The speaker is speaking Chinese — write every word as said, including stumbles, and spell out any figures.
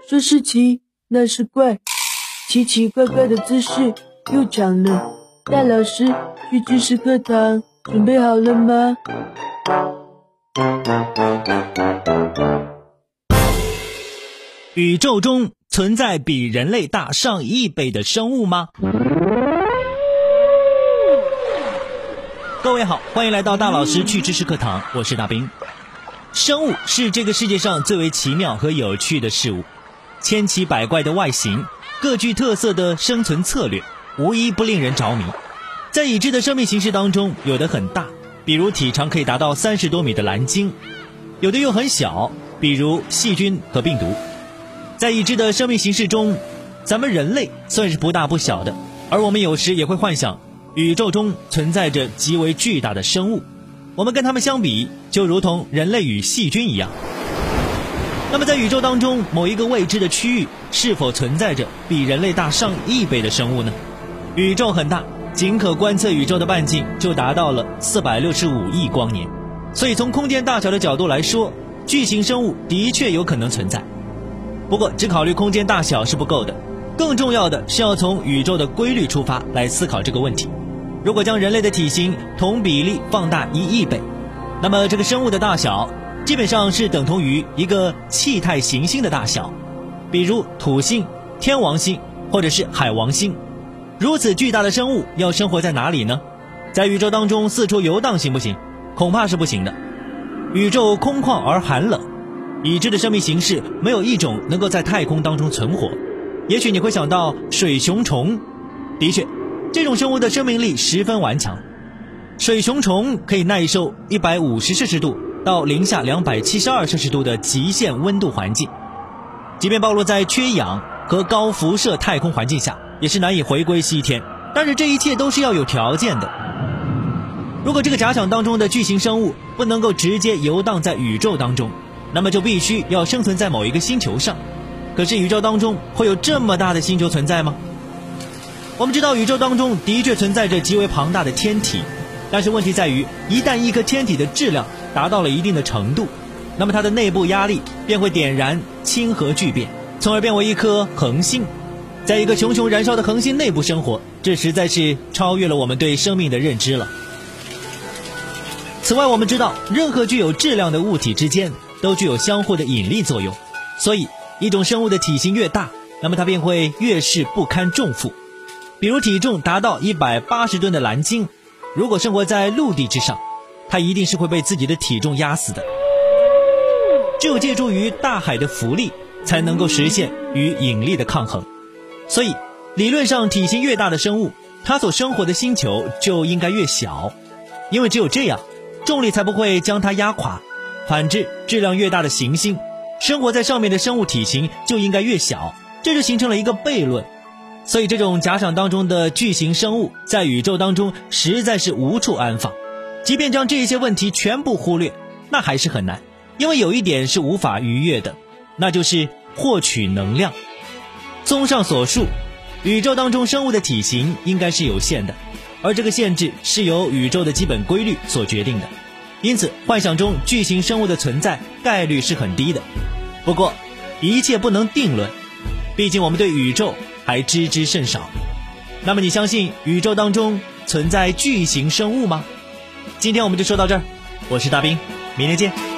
说是奇，那是怪，奇奇怪怪的姿势又长了。大老师去知识课堂，准备好了吗？ 宇宙中存在比人类大上亿倍的生物吗？各位好，欢迎来到大老师去知识课堂，我是大兵。生物是这个世界上最为奇妙和有趣的事物，千奇百怪的外形，各具特色的生存策略，无一不令人着迷。在已知的生命形式当中，有的很大，比如体长可以达到三十多米的蓝鲸，有的又很小，比如细菌和病毒。在已知的生命形式中，咱们人类算是不大不小的，而我们有时也会幻想宇宙中存在着极为巨大的生物，我们跟他们相比，就如同人类与细菌一样。那么在宇宙当中某一个未知的区域，是否存在着比人类大上亿倍的生物呢？宇宙很大，仅可观测宇宙的半径就达到了四百六十五亿光年，所以从空间大小的角度来说，巨型生物的确有可能存在。不过只考虑空间大小是不够的，更重要的是要从宇宙的规律出发来思考这个问题。如果将人类的体型同比例放大一亿倍，那么这个生物的大小基本上是等同于一个气态行星的大小，比如土星、天王星或者是海王星。如此巨大的生物要生活在哪里呢？在宇宙当中四处游荡行不行？恐怕是不行的。宇宙空旷而寒冷，已知的生命形式没有一种能够在太空当中存活。也许你会想到水熊虫，的确这种生物的生命力十分顽强。水熊虫可以耐受一百五十摄氏度到零下两百七十二摄氏度的极限温度环境，即便暴露在缺氧和高辐射太空环境下，也是难以回归西天。但是这一切都是要有条件的。如果这个假想当中的巨型生物不能够直接游荡在宇宙当中，那么就必须要生存在某一个星球上。可是宇宙当中会有这么大的星球存在吗？我们知道宇宙当中的确存在着极为庞大的天体，但是问题在于，一旦一颗天体的质量达到了一定的程度，那么它的内部压力便会点燃氢核聚变，从而变为一颗恒星。在一个熊熊燃烧的恒星内部生活，这实在是超越了我们对生命的认知了。此外，我们知道任何具有质量的物体之间都具有相互的引力作用，所以一种生物的体型越大，那么它便会越是不堪重负。比如体重达到一百八十吨的蓝鲸，如果生活在陆地之上，它一定是会被自己的体重压死的。只有借助于大海的浮力，才能够实现与引力的抗衡。所以理论上体型越大的生物，它所生活的星球就应该越小，因为只有这样重力才不会将它压垮。反之，质量越大的行星，生活在上面的生物体型就应该越小，这就形成了一个悖论。所以这种假想当中的巨型生物在宇宙当中实在是无处安放。即便将这些问题全部忽略，那还是很难，因为有一点是无法逾越的，那就是获取能量。综上所述，宇宙当中生物的体型应该是有限的，而这个限制是由宇宙的基本规律所决定的。因此幻想中巨型生物的存在概率是很低的。不过一切不能定论，毕竟我们对宇宙还知之甚少。那么你相信宇宙当中存在巨型生物吗？今天我们就说到这儿，我是大兵，明天见。